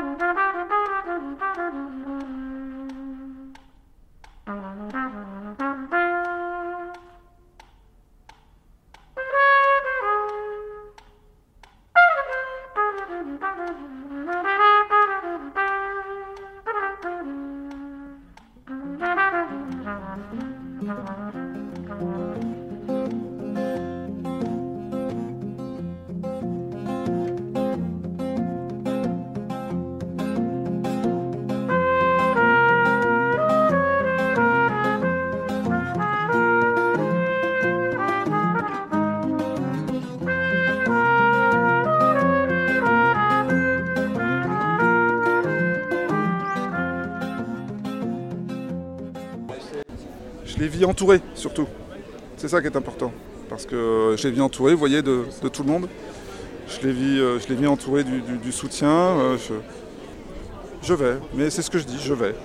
Je les vis entourés, surtout. C'est ça qui est important. Parce que je les vis entourés, vous voyez, de tout le monde. Je les vis entourés du soutien. Je vais, mais c'est ce que je dis, je vais.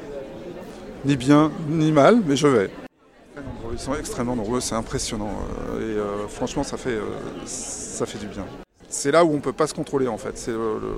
Ni bien, ni mal, mais je vais. Ils sont extrêmement nombreux, c'est impressionnant. Et franchement, ça fait du bien. C'est là où on ne peut pas se contrôler, en fait.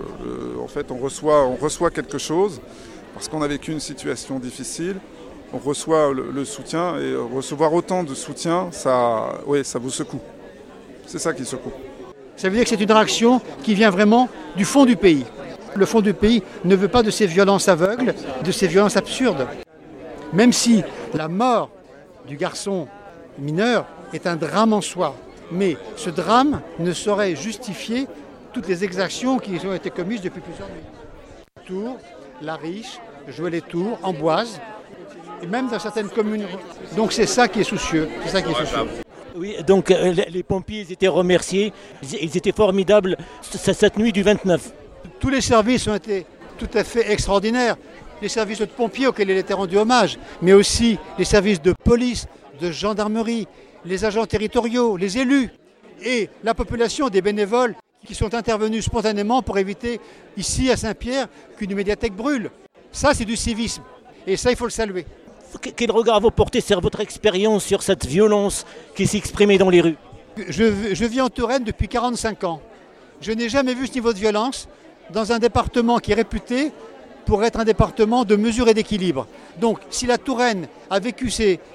En fait, on reçoit quelque chose, parce qu'on a vécu une situation difficile. On reçoit le soutien, et recevoir autant de soutien, ça vous secoue. C'est ça qui secoue. Ça veut dire que c'est une réaction qui vient vraiment du fond du pays. Le fond du pays ne veut pas de ces violences aveugles, de ces violences absurdes. Même si la mort du garçon mineur est un drame en soi. Mais ce drame ne saurait justifier toutes les exactions qui ont été commises depuis plusieurs nuits. Tours, La Riche, Jouer-les-Tours, Amboise, et même dans certaines communes. Donc c'est ça qui est soucieux. Oui, donc les pompiers ils étaient remerciés, ils étaient formidables cette nuit du 29. Tous les services ont été tout à fait extraordinaires. Les services de pompiers auxquels il était rendu hommage, mais aussi les services de police, de gendarmerie, les agents territoriaux, les élus et la population des bénévoles qui sont intervenus spontanément pour éviter ici à Saint-Pierre qu'une médiathèque brûle. Ça c'est du civisme et ça il faut le saluer. Quel regard vous portez sur votre expérience sur cette violence qui s'exprimait dans les rues? Je vis en Touraine depuis 45 ans. Je n'ai jamais vu ce niveau de violence dans un département qui est réputé pour être un département de mesure et d'équilibre. Donc si la Touraine a vécu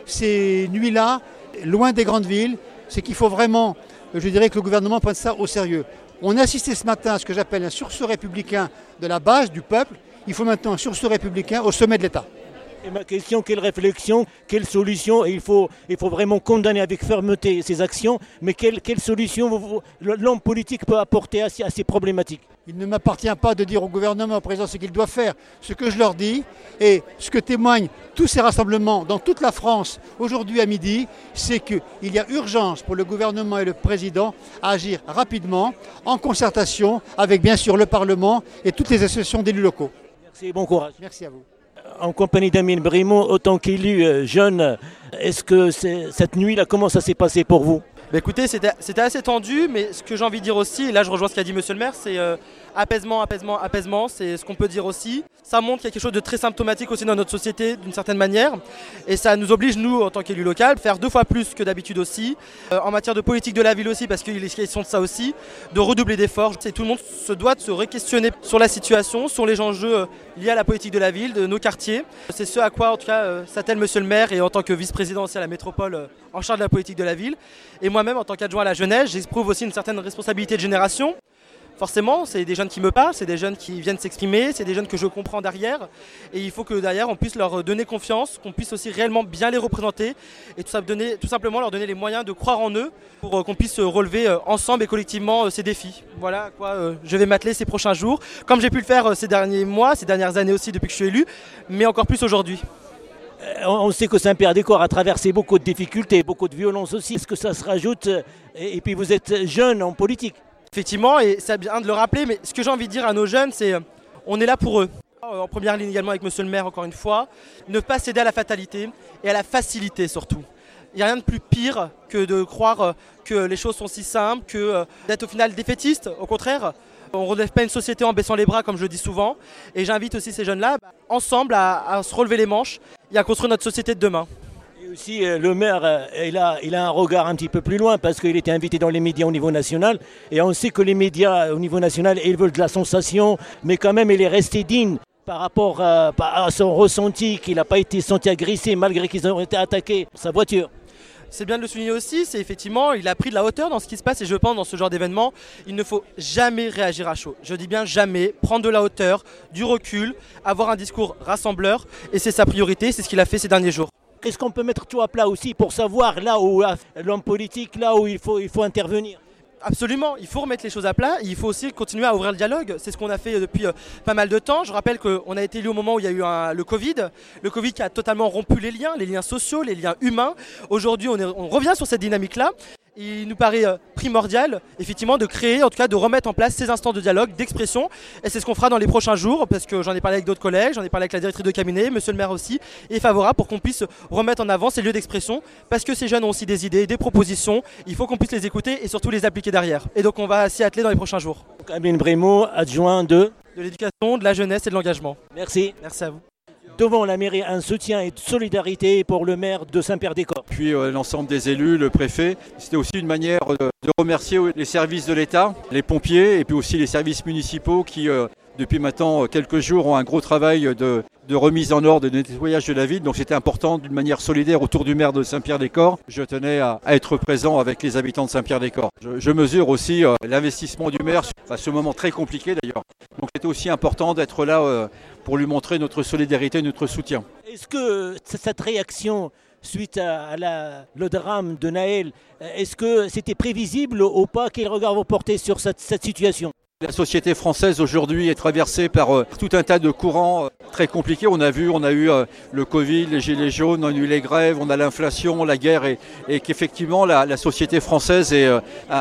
ces nuits-là, loin des grandes villes, c'est qu'il faut vraiment, je dirais que le gouvernement prenne ça au sérieux. On a assisté ce matin à ce que j'appelle un sursaut républicain de la base du peuple. Il faut maintenant un sursaut républicain au sommet de l'État. Et ma question, quelle réflexion, quelle solution? Et il faut vraiment condamner avec fermeté ces actions, mais quelle solution l'homme politique peut apporter à ces problématiques? Il ne m'appartient pas de dire au gouvernement, au président, ce qu'il doit faire. Ce que je leur dis, et ce que témoignent tous ces rassemblements dans toute la France, aujourd'hui à midi, c'est qu'il y a urgence pour le gouvernement et le président à agir rapidement, en concertation avec bien sûr le Parlement et toutes les associations d'élus locaux. Merci et bon courage. Merci à vous. En compagnie d'Amine Brimaud, autant qu'élu jeune, est-ce que cette nuit-là, comment ça s'est passé pour vous? Écoutez, c'était assez tendu, mais ce que j'ai envie de dire aussi, et là je rejoins ce qu'a dit monsieur le maire, c'est apaisement, c'est ce qu'on peut dire aussi. Ça montre qu'il y a quelque chose de très symptomatique aussi dans notre société d'une certaine manière, et ça nous oblige, nous, en tant qu'élus locaux, à faire 2 fois plus que d'habitude aussi, en matière de politique de la ville aussi, parce qu'il est question de ça aussi, de redoubler d'efforts. Et tout le monde se doit de se re-questionner sur la situation, sur les enjeux liés à la politique de la ville, de nos quartiers. C'est ce à quoi, en tout cas, s'attelle monsieur le maire, et en tant que vice-président aussi à la métropole, en charge de la politique de la ville. Et moi-même, en tant qu'adjoint à la jeunesse, j'éprouve aussi une certaine responsabilité de génération. Forcément, c'est des jeunes qui me parlent, c'est des jeunes qui viennent s'exprimer, c'est des jeunes que je comprends derrière. Et il faut que derrière, on puisse leur donner confiance, qu'on puisse aussi réellement bien les représenter et tout simplement leur donner les moyens de croire en eux pour qu'on puisse relever ensemble et collectivement ces défis. Voilà à quoi je vais m'atteler ces prochains jours, comme j'ai pu le faire ces derniers mois, ces dernières années aussi depuis que je suis élu, mais encore plus aujourd'hui. On sait que Saint-Pierre-des-Corps a traversé beaucoup de difficultés, beaucoup de violences aussi. Est-ce que ça se rajoute? Et puis vous êtes jeune en politique. Effectivement, et c'est bien de le rappeler, mais ce que j'ai envie de dire à nos jeunes, c'est on est là pour eux. En première ligne également avec monsieur le maire, encore une fois, ne pas céder à la fatalité et à la facilité surtout. Il n'y a rien de plus pire que de croire que les choses sont si simples, que d'être au final défaitiste. Au contraire, on ne relève pas une société en baissant les bras, comme je le dis souvent. Et j'invite aussi ces jeunes-là, ensemble, à se relever les manches et à construire notre société de demain. Aussi, le maire, il a un regard un petit peu plus loin parce qu'il était invité dans les médias au niveau national. Et on sait que les médias au niveau national, ils veulent de la sensation, mais quand même, il est resté digne par rapport à son ressenti, qu'il n'a pas été senti agressé malgré qu'ils ont été attaqués sa voiture. C'est bien de le souligner aussi, c'est effectivement, il a pris de la hauteur dans ce qui se passe et je pense dans ce genre d'événement, il ne faut jamais réagir à chaud. Je dis bien jamais, prendre de la hauteur, du recul, avoir un discours rassembleur et c'est sa priorité, c'est ce qu'il a fait ces derniers jours. Est-ce qu'on peut mettre tout à plat aussi pour savoir là où l'homme politique, là où il faut intervenir? Absolument, il faut remettre les choses à plat, il faut aussi continuer à ouvrir le dialogue, c'est ce qu'on a fait depuis pas mal de temps. Je rappelle qu'on a été élu au moment où il y a eu le Covid qui a totalement rompu les liens sociaux, les liens humains. Aujourd'hui on revient sur cette dynamique-là. Il nous paraît primordial, effectivement, de créer, en tout cas de remettre en place ces instants de dialogue, d'expression. Et c'est ce qu'on fera dans les prochains jours, parce que j'en ai parlé avec d'autres collègues, j'en ai parlé avec la directrice de cabinet, monsieur le maire aussi, est favorable pour qu'on puisse remettre en avant ces lieux d'expression, parce que ces jeunes ont aussi des idées, des propositions, il faut qu'on puisse les écouter et surtout les appliquer derrière. Et donc on va s'y atteler dans les prochains jours. Amélie Brémaud, adjoint de l'éducation, de la jeunesse et de l'engagement. Merci. Merci à vous. Devant la mairie, un soutien et de solidarité pour le maire de Saint-Père-des-Corps. Puis l'ensemble des élus, le préfet. C'était aussi une manière de remercier les services de l'État, les pompiers et puis aussi les services municipaux qui, depuis maintenant quelques jours, ont un gros travail de remise en ordre, de nettoyage de la ville. Donc c'était important d'une manière solidaire autour du maire de Saint-Pierre-des-Corps. Je tenais à être présent avec les habitants de Saint-Pierre-des-Corps. Je mesure aussi l'investissement du maire à ce moment très compliqué d'ailleurs. Donc c'était aussi important d'être là pour lui montrer notre solidarité et notre soutien. Est-ce que cette réaction suite le drame de Naël, est-ce que c'était prévisible ou pas? Quel regard vous portez sur cette situation? La société française aujourd'hui est traversée par tout un tas de courants très compliqués. On a eu le Covid, les gilets jaunes, on a eu les grèves, on a l'inflation, la guerre et qu'effectivement la société française est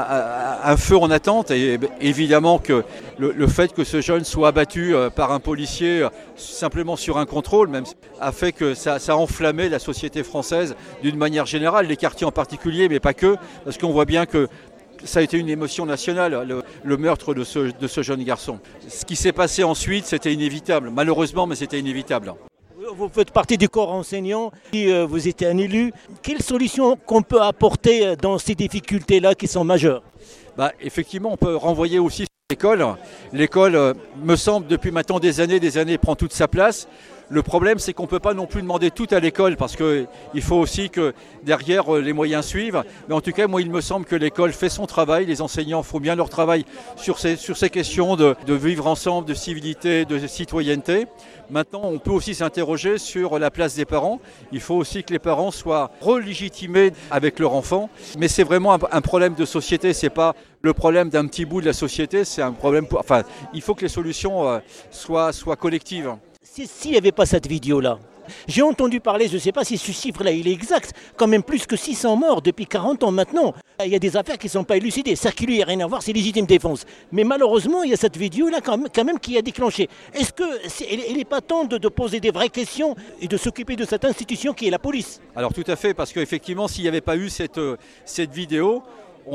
un feu en attente. Et évidemment que le fait que ce jeune soit abattu par un policier simplement sur un contrôle même a fait que ça a enflammé la société française d'une manière générale, les quartiers en particulier, mais pas que, parce qu'on voit bien que ça a été une émotion nationale, le meurtre de ce jeune garçon. Ce qui s'est passé ensuite, c'était inévitable. Malheureusement, mais c'était inévitable. Vous faites partie du corps enseignant, vous êtes un élu. Quelle solution qu'on peut apporter dans ces difficultés-là qui sont majeures? Effectivement, on peut renvoyer aussi sur l'école. L'école, me semble, depuis maintenant des années, prend toute sa place. Le problème, c'est qu'on ne peut pas non plus demander tout à l'école parce qu'il faut aussi que derrière les moyens suivent. Mais en tout cas, moi, il me semble que l'école fait son travail. Les enseignants font bien leur travail sur ces questions de vivre ensemble, de civilité, de citoyenneté. Maintenant, on peut aussi s'interroger sur la place des parents. Il faut aussi que les parents soient relégitimés avec leur enfant. Mais c'est vraiment un problème de société. Ce n'est pas le problème d'un petit bout de la société. C'est un problème. Il faut que les solutions soient collectives. S'il n'y avait pas cette vidéo-là, j'ai entendu parler, je ne sais pas si ce chiffre-là il est exact, quand même plus que 600 morts depuis 40 ans maintenant. Il y a des affaires qui ne sont pas élucidées. Ça qui lui n'a rien à voir, c'est légitime défense. Mais malheureusement, il y a cette vidéo-là quand même qui a déclenché. Est-ce qu'il n'est pas temps de poser des vraies questions et de s'occuper de cette institution qui est la police? Alors tout à fait, parce qu'effectivement, s'il n'y avait pas eu cette vidéo,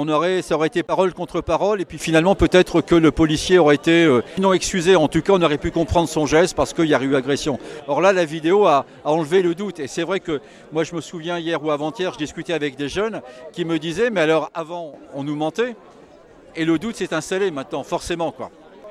ça aurait été parole contre parole et puis finalement peut-être que le policier aurait été non excusé. En tout cas, on aurait pu comprendre son geste parce qu'il y a eu agression. Or là, la vidéo a enlevé le doute. Et c'est vrai que moi, je me souviens hier ou avant-hier, je discutais avec des jeunes qui me disaient « mais alors avant, on nous mentait et le doute s'est installé maintenant, forcément quoi ».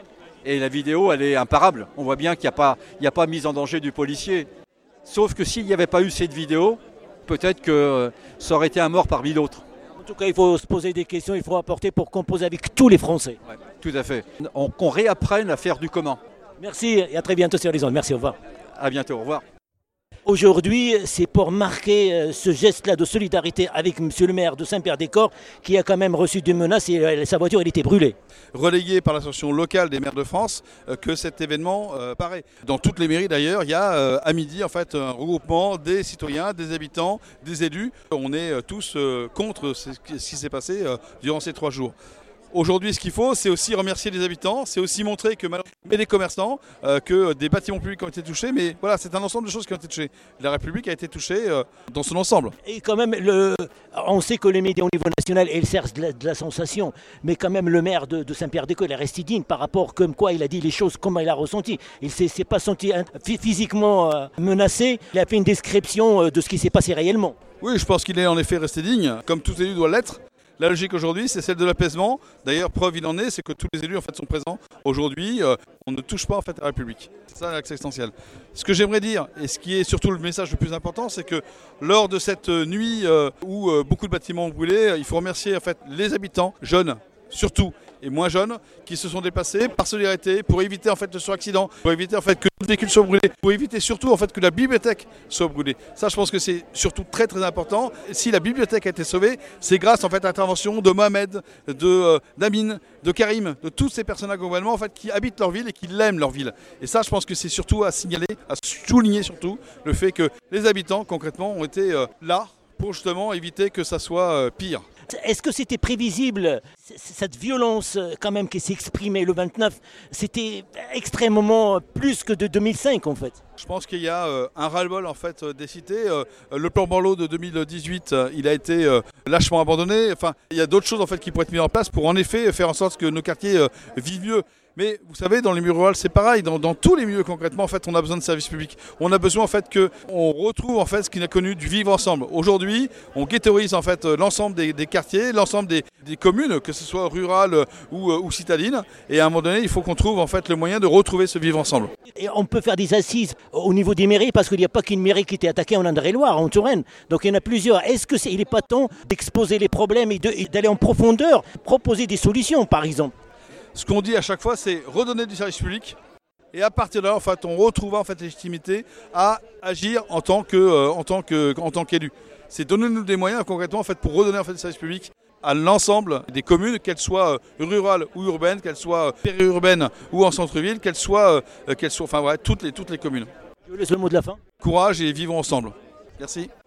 Et la vidéo, elle est imparable. On voit bien qu'il n'y a pas mise en danger du policier. Sauf que s'il n'y avait pas eu cette vidéo, peut-être que ça aurait été un mort parmi d'autres. En tout cas, il faut se poser des questions, il faut apporter pour composer avec tous les Français. Ouais, tout à fait. Qu'on réapprenne à faire du commun. Merci et à très bientôt sur les ondes. Merci, au revoir. À bientôt, au revoir. Aujourd'hui, c'est pour marquer ce geste-là de solidarité avec monsieur le maire de Saint-Père-des-Corps qui a quand même reçu des menaces et sa voiture elle était brûlée. Relayé par l'association locale des maires de France que cet événement paraît. Dans toutes les mairies d'ailleurs, il y a à midi en fait un regroupement des citoyens, des habitants, des élus. On est tous contre ce qui s'est passé durant ces 3 jours. Aujourd'hui, ce qu'il faut, c'est aussi remercier les habitants, c'est aussi montrer que mais des commerçants, que des bâtiments publics ont été touchés, mais voilà, c'est un ensemble de choses qui ont été touchées. La République a été touchée dans son ensemble. Et quand même, on sait que les médias au niveau national, elles servent de la sensation, mais quand même le maire de Saint-Pierre-des-Côtes, il est resté digne par rapport comme quoi il a dit les choses, comment il a ressenti. Il ne s'est pas senti physiquement menacé, il a fait une description de ce qui s'est passé réellement. Oui, je pense qu'il est en effet resté digne, comme tout élu doit l'être. La logique aujourd'hui, c'est celle de l'apaisement. D'ailleurs, preuve il en est, c'est que tous les élus en fait, sont présents. Aujourd'hui, on ne touche pas en fait, à la République. C'est ça l'axe essentiel. Ce que j'aimerais dire, et ce qui est surtout le message le plus important, c'est que lors de cette nuit où beaucoup de bâtiments ont brûlé, il faut remercier en fait, les habitants, jeunes surtout, et moins jeunes, qui se sont déplacés par solidarité pour éviter en fait, ce accident, pour éviter en fait, que le véhicule soit brûlé, pour éviter surtout en fait, que la bibliothèque soit brûlée. Ça, je pense que c'est surtout très très important. Si la bibliothèque a été sauvée, c'est grâce en fait, à l'intervention de Mohamed, d'Amine, de Karim, de tous ces personnages globalement en fait, qui habitent leur ville et qui l'aiment leur ville. Et ça, je pense que c'est surtout à signaler, à souligner surtout le fait que les habitants concrètement ont été là pour justement éviter que ça soit pire. Est-ce que c'était prévisible, cette violence quand même qui s'est exprimée le 29, c'était extrêmement plus que de 2005 en fait? Je pense qu'il y a un ras-le-bol en fait, des cités. Le plan Borloo de 2018, il a été lâchement abandonné. Enfin, il y a d'autres choses en fait, qui pourraient être mises en place pour en effet faire en sorte que nos quartiers vivent mieux. Mais vous savez, dans les milieux ruraux, c'est pareil. Dans tous les milieux concrètement, en fait, on a besoin de services publics. On a besoin en fait qu'on retrouve en fait ce qu'on a connu du vivre ensemble. Aujourd'hui, on ghettoise en fait l'ensemble des quartiers, l'ensemble des communes, que ce soit rurales ou citadines. Et à un moment donné, il faut qu'on trouve en fait le moyen de retrouver ce vivre ensemble. Et on peut faire des assises au niveau des mairies parce qu'il n'y a pas qu'une mairie qui était attaquée en Indre-et-Loire, en Touraine. Donc il y en a plusieurs. Est-ce que il n'est pas temps d'exposer les problèmes et d'aller en profondeur, proposer des solutions, par exemple? Ce qu'on dit à chaque fois, c'est redonner du service public. Et à partir de là, en fait, on retrouvera en fait, légitimité à agir en tant qu'élu. C'est donner-nous des moyens concrètement en fait, pour redonner en fait, du service public à l'ensemble des communes, qu'elles soient rurales ou urbaines, qu'elles soient périurbaines ou en centre-ville, qu'elles soient enfin, ouais, toutes les communes. Je vous laisse le mot de la fin. Courage et vivons ensemble. Merci.